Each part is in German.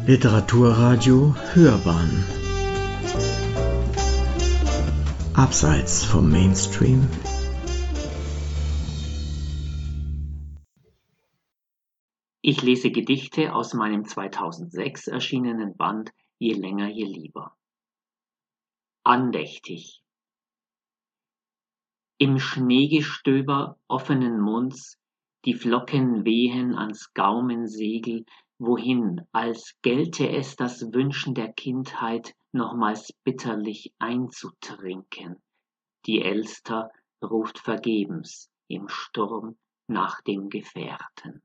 Literaturradio Hörbahn Abseits vom Mainstream. Ich lese Gedichte aus meinem 2006 erschienenen Band Je länger, je lieber. Andächtig. Im Schneegestöber offenen Munds, die Flocken wehen ans Gaumensegel, wohin, als gelte es das Wünschen der Kindheit, nochmals bitterlich einzutrinken. Die Elster ruft vergebens im Sturm nach dem Gefährten.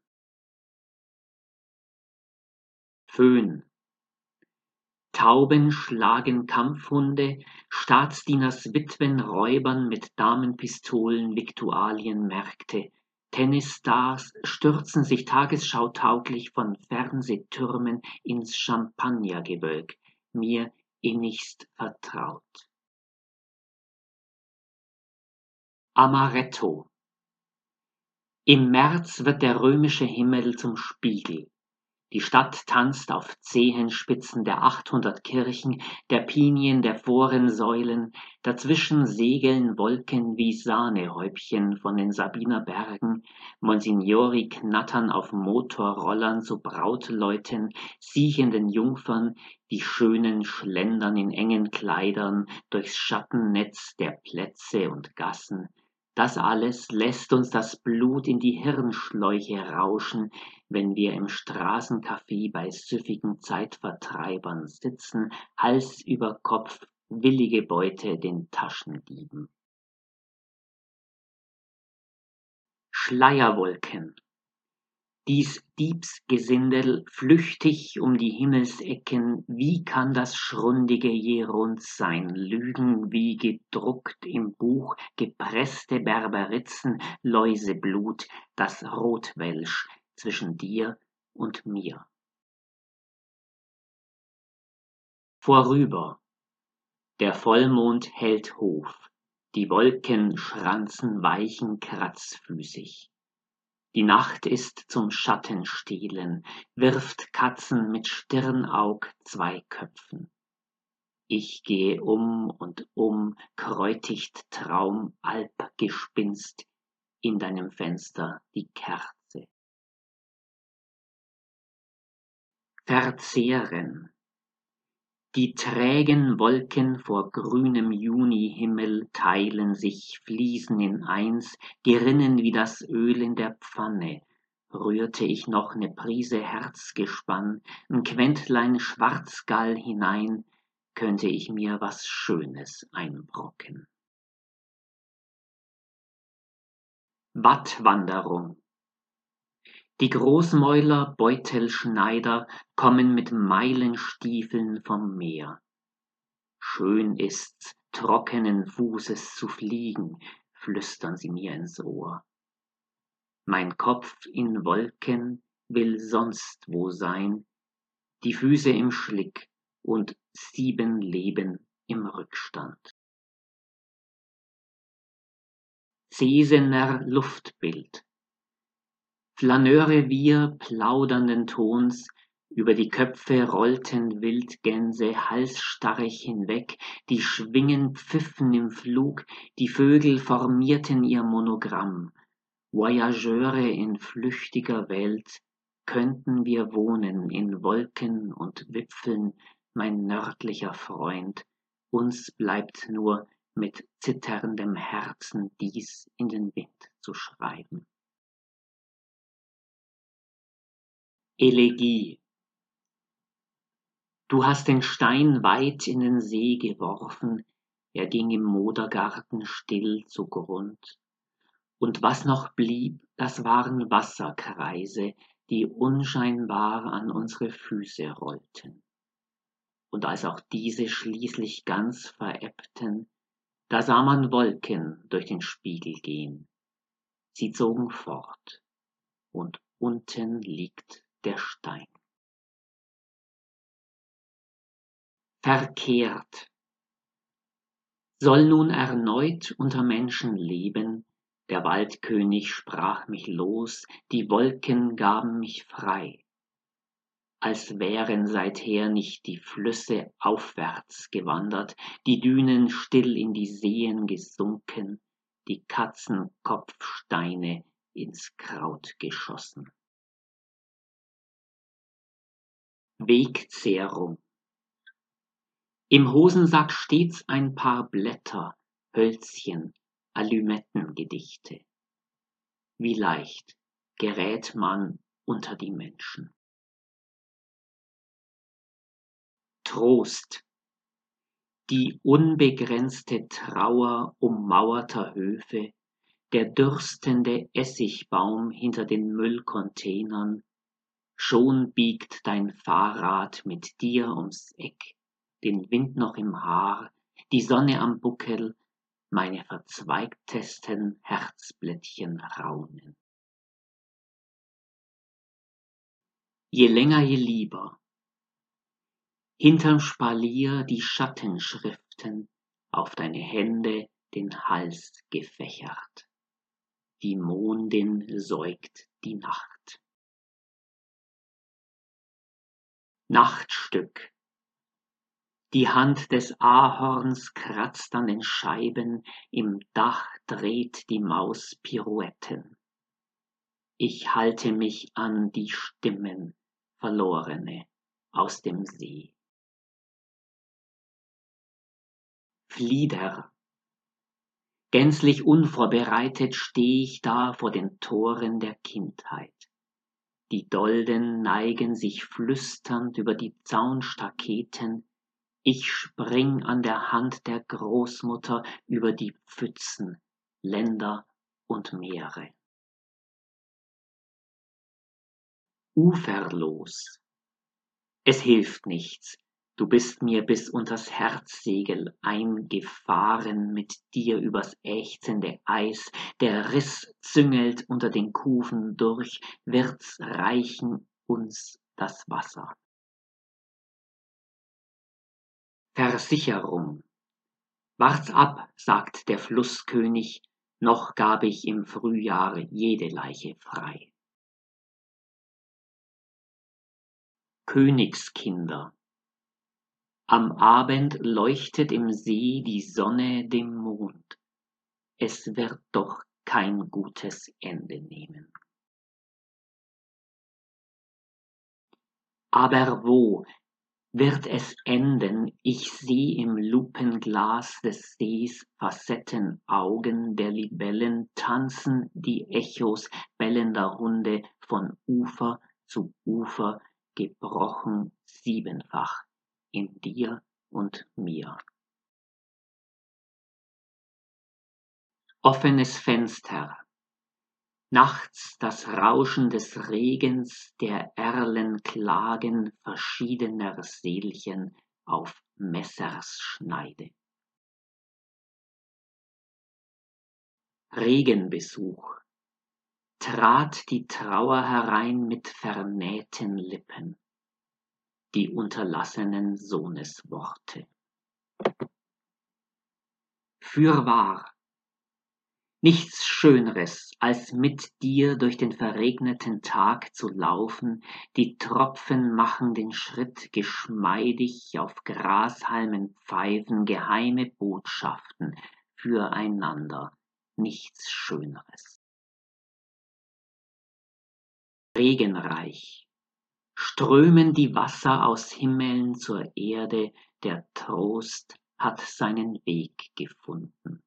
Föhn. Tauben schlagen Kampfhunde, Staatsdieners Witwen räubern mit Damenpistolen Viktualienmärkte, Tennisstars stürzen sich tagesschautauglich von Fernsehtürmen ins Champagnergewölk, mir innigst vertraut. Amaretto. Im März wird der römische Himmel zum Spiegel. Die Stadt tanzt auf Zehenspitzen der 800 Kirchen, der Pinien der Forensäulen, dazwischen segeln Wolken wie Sahnehäubchen von den Sabiner Bergen, Monsignori knattern auf Motorrollern zu Brautleuten, siechenden Jungfern, die Schönen schlendern in engen Kleidern durchs Schattennetz der Plätze und Gassen. Das alles lässt uns das Blut in die Hirnschläuche rauschen, wenn wir im Straßencafé bei süffigen Zeitvertreibern sitzen, Hals über Kopf, willige Beute den Taschendieben. Schleierwolken. Dies Diebsgesindel flüchtig um die Himmelsecken, wie kann das Schrundige je rund sein? Lügen wie gedruckt im Buch, gepresste Berberitzen, Läuseblut, das Rotwelsch zwischen dir und mir. Vorüber. Der Vollmond hält Hof, die Wolken schranzen weichen kratzfüßig. Die Nacht ist zum Schattenstehlen, wirft Katzen mit Stirnaug 2 Köpfen. Ich gehe und kräutigt Traum, Alpgespinst, in deinem Fenster die Kerze. Verzehren. Die trägen Wolken vor grünem Junihimmel teilen sich, fließen in eins, gerinnen wie das Öl in der Pfanne. Rührte ich noch ne Prise Herzgespann, 'n Quentlein Schwarzgall hinein, könnte ich mir was Schönes einbrocken. Wattwanderung. Die Großmäuler Beutelschneider kommen mit Meilenstiefeln vom Meer. Schön ist's, trockenen Fußes zu fliegen, flüstern sie mir ins Ohr. Mein Kopf in Wolken will sonst wo sein, die Füße im Schlick und 7 Leben im Rückstand. Sesener Luftbild. Flaneure wir plaudernden Tons, über die Köpfe rollten Wildgänse halsstarrig hinweg, die Schwingen pfiffen im Flug, die Vögel formierten ihr Monogramm. Voyageure in flüchtiger Welt, könnten wir wohnen in Wolken und Wipfeln, mein nördlicher Freund, uns bleibt nur mit zitterndem Herzen dies in den Wind zu schreiben. Elegie. Du hast den Stein weit in den See geworfen, er ging im Modergarten still zugrund. Und was noch blieb, das waren Wasserkreise, die unscheinbar an unsere Füße rollten. Und als auch diese schließlich ganz verebbten, da sah man Wolken durch den Spiegel gehen. Sie zogen fort, und unten liegt der Stein. Verkehrt. Soll nun erneut unter Menschen leben, der Waldkönig sprach mich los, die Wolken gaben mich frei. als wären seither nicht die Flüsse aufwärts gewandert, die Dünen still in die Seen gesunken, die Katzenkopfsteine ins Kraut geschossen. Wegzehrung. Im Hosensack stets ein paar Blätter, Hölzchen, Alümettengedichte. Wie leicht gerät man unter die Menschen. Trost. Die unbegrenzte Trauer ummauerter Höfe, der dürstende Essigbaum hinter den Müllcontainern, schon biegt dein Fahrrad mit dir ums Eck, den Wind noch im Haar, die Sonne am Buckel, meine verzweigtesten Herzblättchen raunen. Je länger, je lieber. Hinterm Spalier die Schattenschriften, auf deine Hände den Hals gefächert. Die Mondin säugt die Nacht. Nachtstück. Die Hand des Ahorns kratzt an den Scheiben, im Dach dreht die Maus Pirouetten. Ich halte mich an die Stimmen, Verlorene aus dem See. Flieder. Gänzlich unvorbereitet steh ich da vor den Toren der Kindheit. Die Dolden neigen sich flüsternd über die Zaunstaketen. Ich spring an der Hand der Großmutter über die Pfützen, Länder und Meere. Uferlos. Es hilft nichts. Du bist mir bis unters Herzsegel eingefahren mit dir übers ächzende Eis. Der Riss züngelt unter den Kufen durch, wird's reichen uns das Wasser. Versicherung. Wart's ab, sagt der Flusskönig, noch gab ich im Frühjahr jede Leiche frei. Königskinder. Am Abend leuchtet im See die Sonne dem Mond. Es wird doch kein gutes Ende nehmen. Aber wo wird es enden? Ich seh im Lupenglas des Sees Facettenaugen der Libellen tanzen, die Echos bellender Hunde von Ufer zu Ufer, gebrochen siebenfach in dir und mir. Offenes Fenster. Nachts das Rauschen des Regens, der Erlen Klagen verschiedener Seelchen auf Messersschneide. Regenbesuch. Trat die Trauer herein mit vernähten Lippen, die unterlassenen Sohnesworte. Fürwahr. Nichts Schöneres, als mit dir durch den verregneten Tag zu laufen, die Tropfen machen den Schritt geschmeidig, auf Grashalmen pfeifen geheime Botschaften füreinander, nichts Schöneres. Regenreich. Strömen die Wasser aus Himmeln zur Erde, der Trost hat seinen Weg gefunden.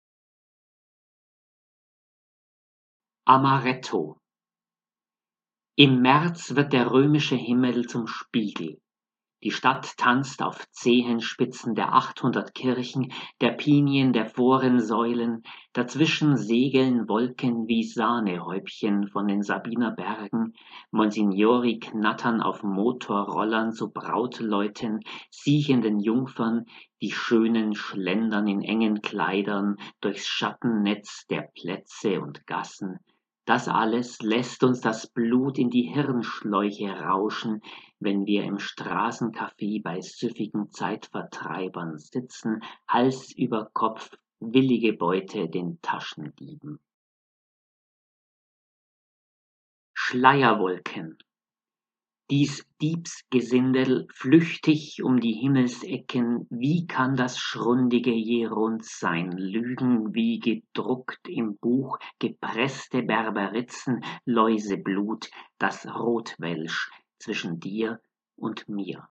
Amaretto. Im März wird der römische Himmel zum Spiegel. Die Stadt tanzt auf Zehenspitzen der 800 Kirchen, der Pinien der Forensäulen, dazwischen segeln Wolken wie Sahnehäubchen von den Sabiner Bergen, Monsignori knattern auf Motorrollern zu Brautleuten, siechenden Jungfern, die Schönen schlendern in engen Kleidern durchs Schattennetz der Plätze und Gassen. Das alles lässt uns das Blut in die Hirnschläuche rauschen, wenn wir im Straßencafé bei süffigen Zeitvertreibern sitzen, Hals über Kopf, willige Beute den Taschendieben. Schleierwolken. Dies Diebsgesindel flüchtig um die Himmelsecken, wie kann das Schrundige je rund sein? Lügen wie gedruckt im Buch, gepresste Berberitzen, Läuseblut, das Rotwelsch zwischen dir und mir.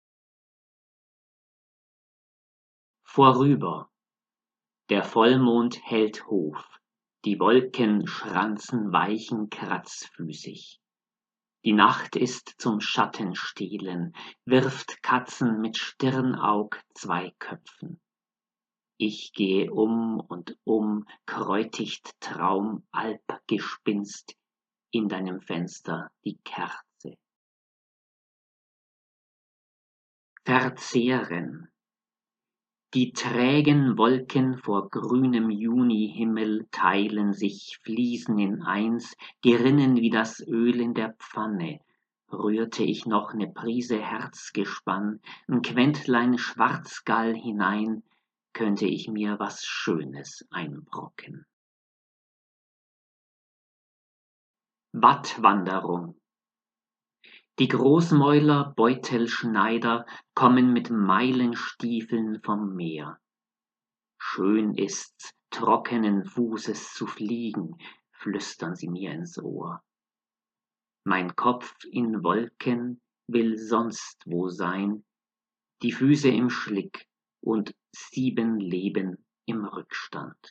Vorüber, der Vollmond hält Hof, die Wolken schranzen weichen kratzfüßig. Die Nacht ist zum Schattenstehlen, wirft Katzen mit Stirnaug zwei Köpfen. Ich gehe und kräutigt Traum, Alpgespinst, in deinem Fenster die Kerze. Verzehren. Die trägen Wolken vor grünem Junihimmel teilen sich, fließen in eins, gerinnen wie das Öl in der Pfanne. Rührte ich noch ne Prise Herzgespann, 'n Quentlein Schwarzgall hinein, könnte ich mir was Schönes einbrocken. Wattwanderung. Die Großmäuler Beutelschneider kommen mit Meilenstiefeln vom Meer. Schön ist's, trockenen Fußes zu fliegen, flüstern sie mir ins Ohr. Mein Kopf in Wolken will sonst wo sein, die Füße im Schlick und 7 Leben im Rückstand.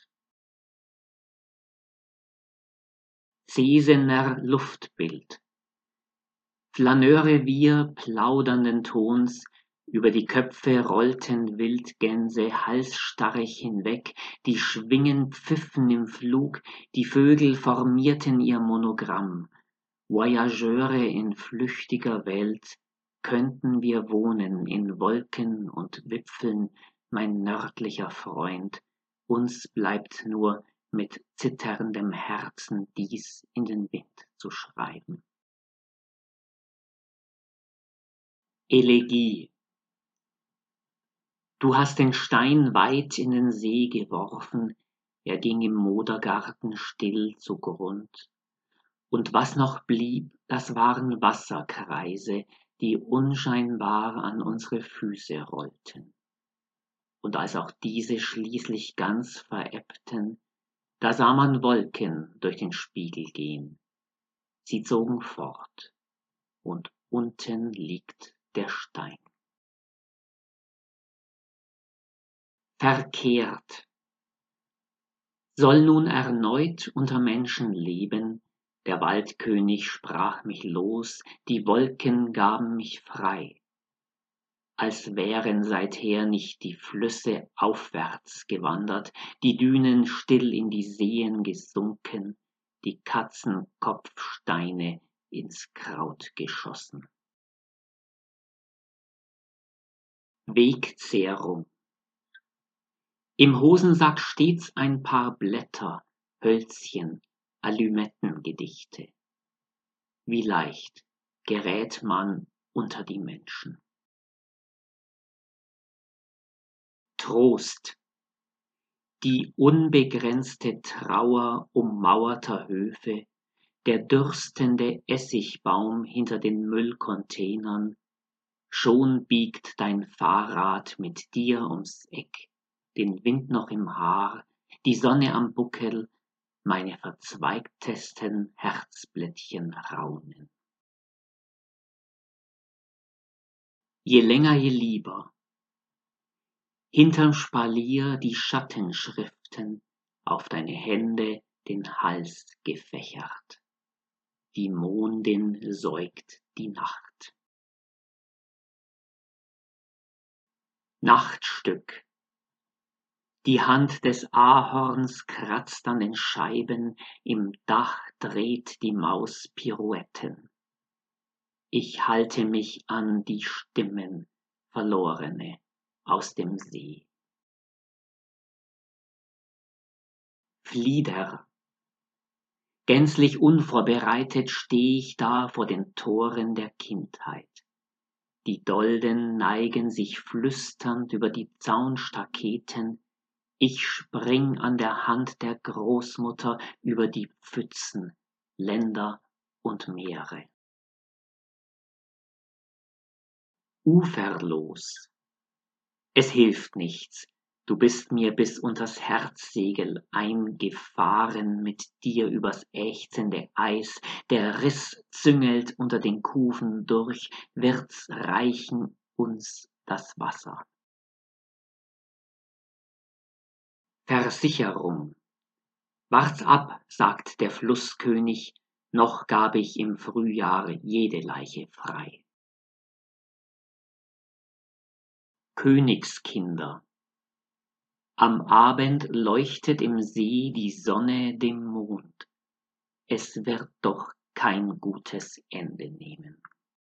Sesener Luftbild. Flaneure wir plaudernden Tons, über die Köpfe rollten Wildgänse halsstarrig hinweg, die Schwingen pfiffen im Flug, die Vögel formierten ihr Monogramm. Voyageure in flüchtiger Welt, könnten wir wohnen in Wolken und Wipfeln, mein nördlicher Freund, uns bleibt nur mit zitterndem Herzen dies in den Wind zu schreiben. Elegie. Du hast den Stein weit in den See geworfen, er ging im Modergarten still zugrund. Und was noch blieb, das waren Wasserkreise, die unscheinbar an unsere Füße rollten. Und als auch diese schließlich ganz verebbten, da sah man Wolken durch den Spiegel gehen. Sie zogen fort, und unten liegt der Stein. Verkehrt. Soll nun erneut unter Menschen leben, der Waldkönig sprach mich los, die Wolken gaben mich frei, als wären seither nicht die Flüsse aufwärts gewandert, die Dünen still in die Seen gesunken, die Katzenkopfsteine ins Kraut geschossen. Wegzehrung. Im Hosensack stets ein Paar Blätter, Hölzchen, Alümettengedichte. Wie leicht gerät man unter die Menschen. Trost. Die unbegrenzte Trauer ummauerter Höfe, der dürstende Essigbaum hinter den Müllcontainern, schon biegt dein Fahrrad mit dir ums Eck, den Wind noch im Haar, die Sonne am Buckel, meine verzweigtesten Herzblättchen raunen. Je länger, je lieber. Hinterm Spalier die Schattenschriften, auf deine Hände den Hals gefächert. Die Mondin säugt die Nacht. Nachtstück. Die Hand des Ahorns kratzt an den Scheiben, im Dach dreht die Maus Pirouetten. Ich halte mich an die Stimmen, Verlorene aus dem See. Flieder. Gänzlich unvorbereitet steh ich da vor den Toren der Kindheit. Die Dolden neigen sich flüsternd über die Zaunstaketen, ich spring an der Hand der Großmutter über die Pfützen, Länder und Meere. uferlos. Es hilft nichts, du bist mir bis unters Herzsegel eingefahren, mit dir übers ächzende Eis, der Riss züngelt unter den Kufen durch, wird's reichen uns das Wasser. Versicherung. Wart's ab, sagt der Flusskönig, noch gab ich im Frühjahr jede Leiche frei. Königskinder. Am Abend leuchtet im See die Sonne dem Mond. Es wird doch kein gutes Ende nehmen.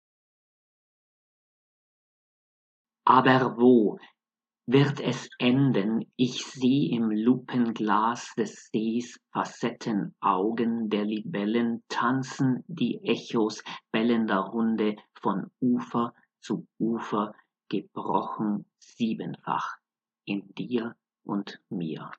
Aber wo wird es enden? Ich seh im Lupenglas des Sees Facettenaugen der Libellen tanzen, die Echos bellender Hunde von Ufer zu Ufer, gebrochen siebenfach in dir und mir.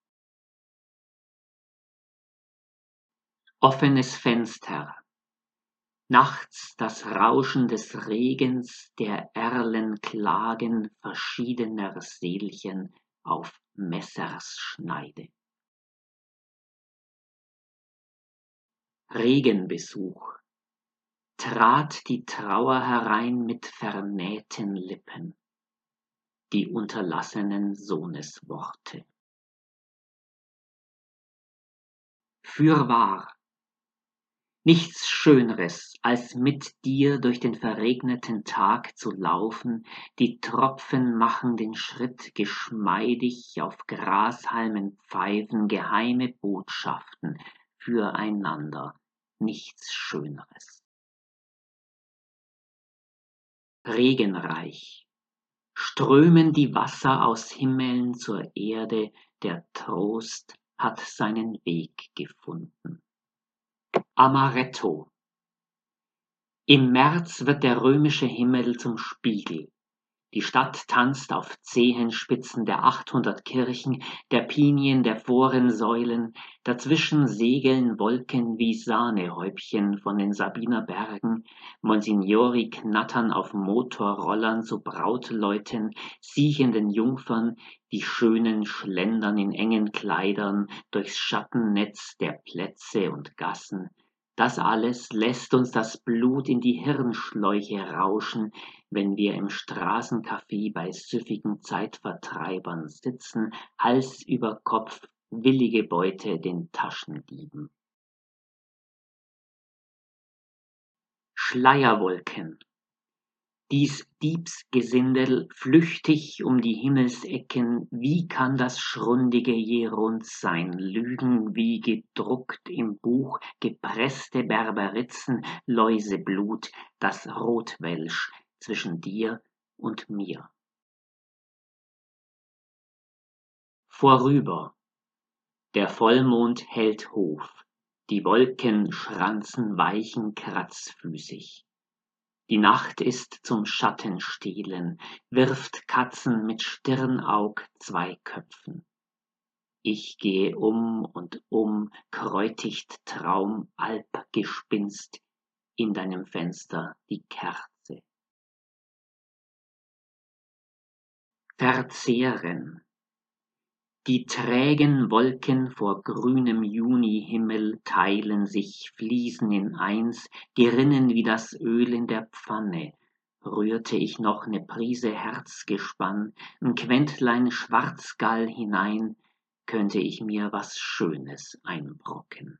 Offenes Fenster. Nachts das Rauschen des Regens, der Erlen Klagen verschiedener Seelchen auf Messersschneide. Regenbesuch. Trat die Trauer herein mit vernähten Lippen, die unterlassenen Sohnesworte. Fürwahr. Nichts Schöneres, als mit dir durch den verregneten Tag zu laufen, die Tropfen machen den Schritt geschmeidig, auf Grashalmen pfeifen geheime Botschaften füreinander, nichts Schöneres. Regenreich. Strömen die Wasser aus Himmeln zur Erde, der Trost hat seinen Weg gefunden. Amaretto. Im März wird der römische Himmel zum Spiegel. Die Stadt tanzt auf Zehenspitzen der 800 Kirchen, der Pinien der Forensäulen, dazwischen segeln Wolken wie Sahnehäubchen von den Sabiner Bergen, Monsignori knattern auf Motorrollern zu Brautleuten, siechenden Jungfern, die Schönen schlendern in engen Kleidern durchs Schattennetz der Plätze und Gassen. Das alles lässt uns das Blut in die Hirnschläuche rauschen, wenn wir im Straßencafé bei süffigen Zeitvertreibern sitzen, Hals über Kopf, willige Beute den Taschendieben. Schleierwolken. Dies Diebsgesindel flüchtig um die Himmelsecken, wie kann das Schrundige je rund sein? Lügen wie gedruckt im Buch, gepresste Berberitzen, Läuseblut, das Rotwelsch zwischen dir und mir. Vorüber. Der Vollmond hält Hof, die Wolken schranzen weichen kratzfüßig. Die Nacht ist zum Schattenstehlen, wirft Katzen mit Stirnaug 2 Köpfen. Ich gehe und kräutigt Traum, Alpgespinst, in deinem Fenster die Kerze. Verzehren. Die trägen Wolken vor grünem Junihimmel teilen sich, fließen in eins, gerinnen wie das Öl in der Pfanne. Rührte ich noch ne Prise Herzgespann, 'n Quentlein Schwarzgall hinein, könnte ich mir was Schönes einbrocken.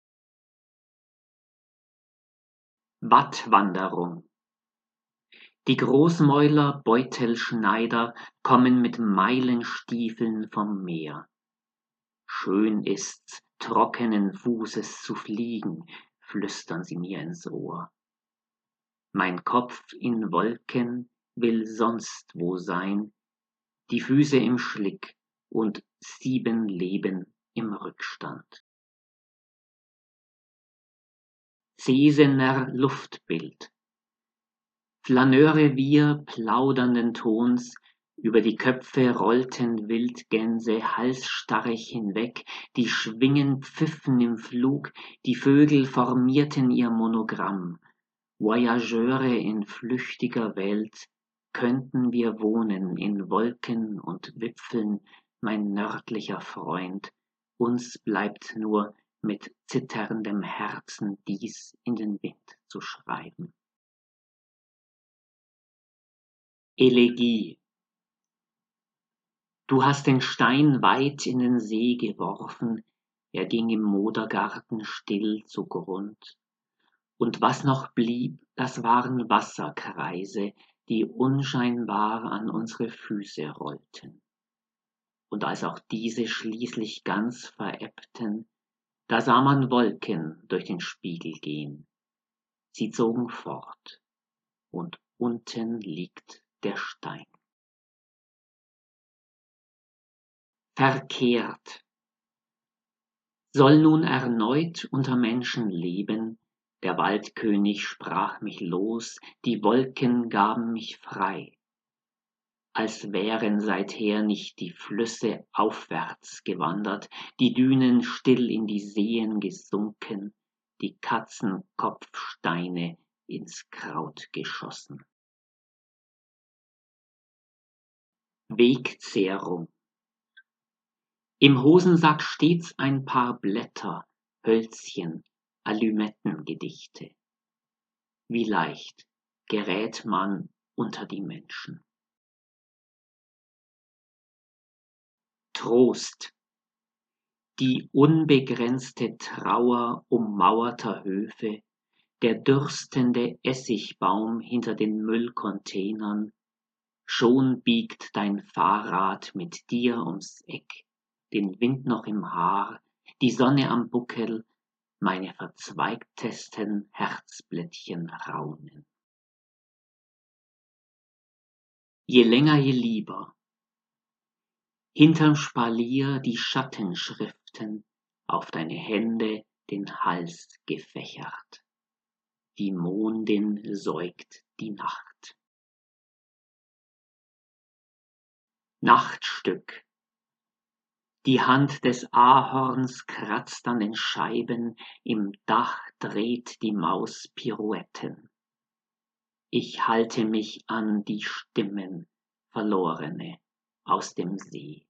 Wattwanderung. Die Großmäuler Beutelschneider kommen mit Meilenstiefeln vom Meer. Schön ist's, trockenen Fußes zu fliegen, flüstern sie mir ins Ohr. Mein Kopf in Wolken will sonst wo sein, die Füße im Schlick und 7 Leben im Rückstand. Zesener Luftbild. Flaneure wir plaudernden Tons, über die Köpfe rollten Wildgänse halsstarrig hinweg, die Schwingen pfiffen im Flug, die Vögel formierten ihr Monogramm. Voyageure in flüchtiger Welt, könnten wir wohnen in Wolken und Wipfeln, mein nördlicher Freund, uns bleibt nur mit zitterndem Herzen dies in den Wind zu schreiben. Elegie. Du hast den Stein weit in den See geworfen, er ging im Modergarten still zugrund. Und was noch blieb, das waren Wasserkreise, die unscheinbar an unsere Füße rollten. Und als auch diese schließlich ganz verebbten, da sah man Wolken durch den Spiegel gehen. Sie zogen fort, und unten liegt der Stein. Verkehrt. Soll nun erneut unter Menschen leben, der Waldkönig sprach mich los, die Wolken gaben mich frei, als wären seither nicht die Flüsse aufwärts gewandert, die Dünen still in die Seen gesunken, die Katzenkopfsteine ins Kraut geschossen. Wegzehrung. Im Hosensack stets ein paar Blätter, Hölzchen, Alümettengedichte. Wie leicht gerät man unter die Menschen. Trost. Die unbegrenzte Trauer ummauerter Höfe, der dürstende Essigbaum hinter den Müllcontainern, schon biegt dein Fahrrad mit dir ums Eck, den Wind noch im Haar, die Sonne am Buckel, meine verzweigtesten Herzblättchen raunen. Je länger, je lieber. Hinterm Spalier die Schattenschriften, auf deine Hände den Hals gefächert. Die Mondin säugt die Nacht. Nachtstück. Die Hand des Ahorns kratzt an den Scheiben, im Dach dreht die Maus Pirouetten. Ich halte mich an die Stimmen, Verlorene aus dem See.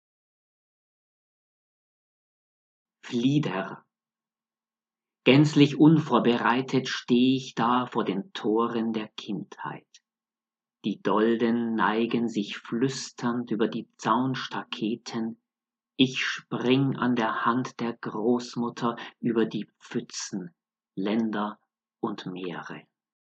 Flieder. Gänzlich unvorbereitet steh ich da vor den Toren der Kindheit. Die Dolden neigen sich flüsternd über die Zaunstaketen, ich spring an der Hand der Großmutter über die Pfützen, Länder und Meere.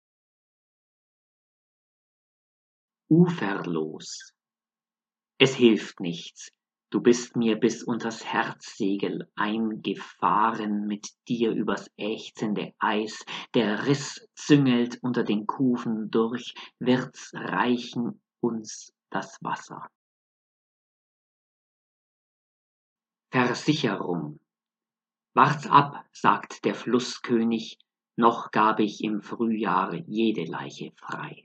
Uferlos. Es hilft nichts, du bist mir bis unters Herzsegel eingefahren mit dir übers ächzende Eis, der Riss züngelt unter den Kufen durch, wird's reichen uns das Wasser. Versicherung. Wart's ab, sagt der Flusskönig, noch gab ich im Frühjahr jede Leiche frei.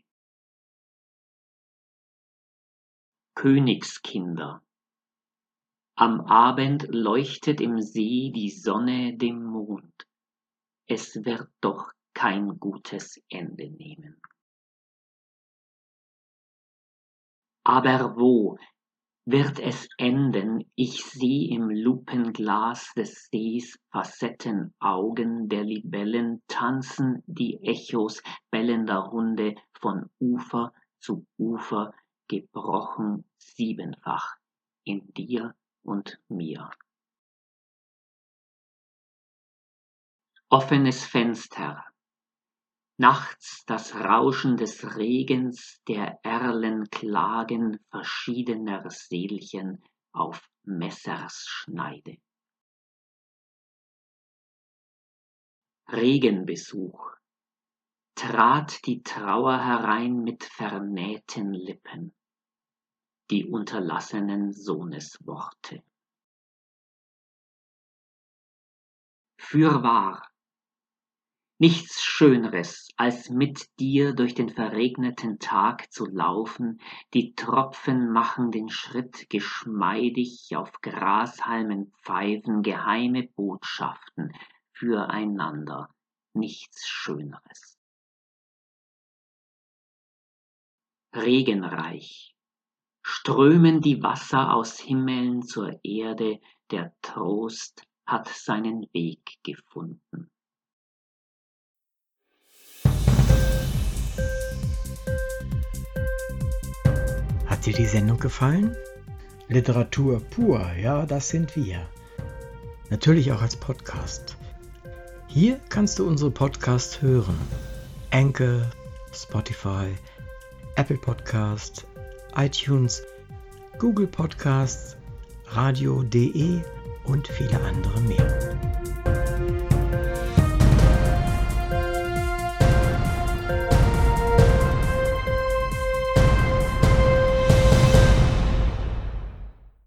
Königskinder. Am Abend leuchtet im See die Sonne dem Mond. Es wird doch kein gutes Ende nehmen. Aber wo wird es enden? Ich seh im Lupenglas des Sees Facettenaugen der Libellen tanzen, die Echos bellender Hunde von Ufer zu Ufer, gebrochen siebenfach in dir und mir. Offenes Fenster. Nachts das Rauschen des Regens, der Erlen Klagen verschiedener Seelchen auf Messersschneide. Regenbesuch. Trat die Trauer herein mit vernähten Lippen, die unterlassenen Sohnesworte. Fürwahr. Nichts Schöneres, als mit dir durch den verregneten Tag zu laufen, die Tropfen machen den Schritt geschmeidig, auf Grashalmen pfeifen geheime Botschaften füreinander, nichts Schöneres. regenreich. Strömen die Wasser aus Himmeln zur Erde, der Trost hat seinen Weg gefunden. Hat dir die Sendung gefallen? Literatur pur, ja, das sind wir. Natürlich auch als Podcast. Hier kannst du unsere Podcasts hören. Anchor, Spotify, Apple Podcasts, iTunes, Google Podcasts, radio.de und viele andere mehr.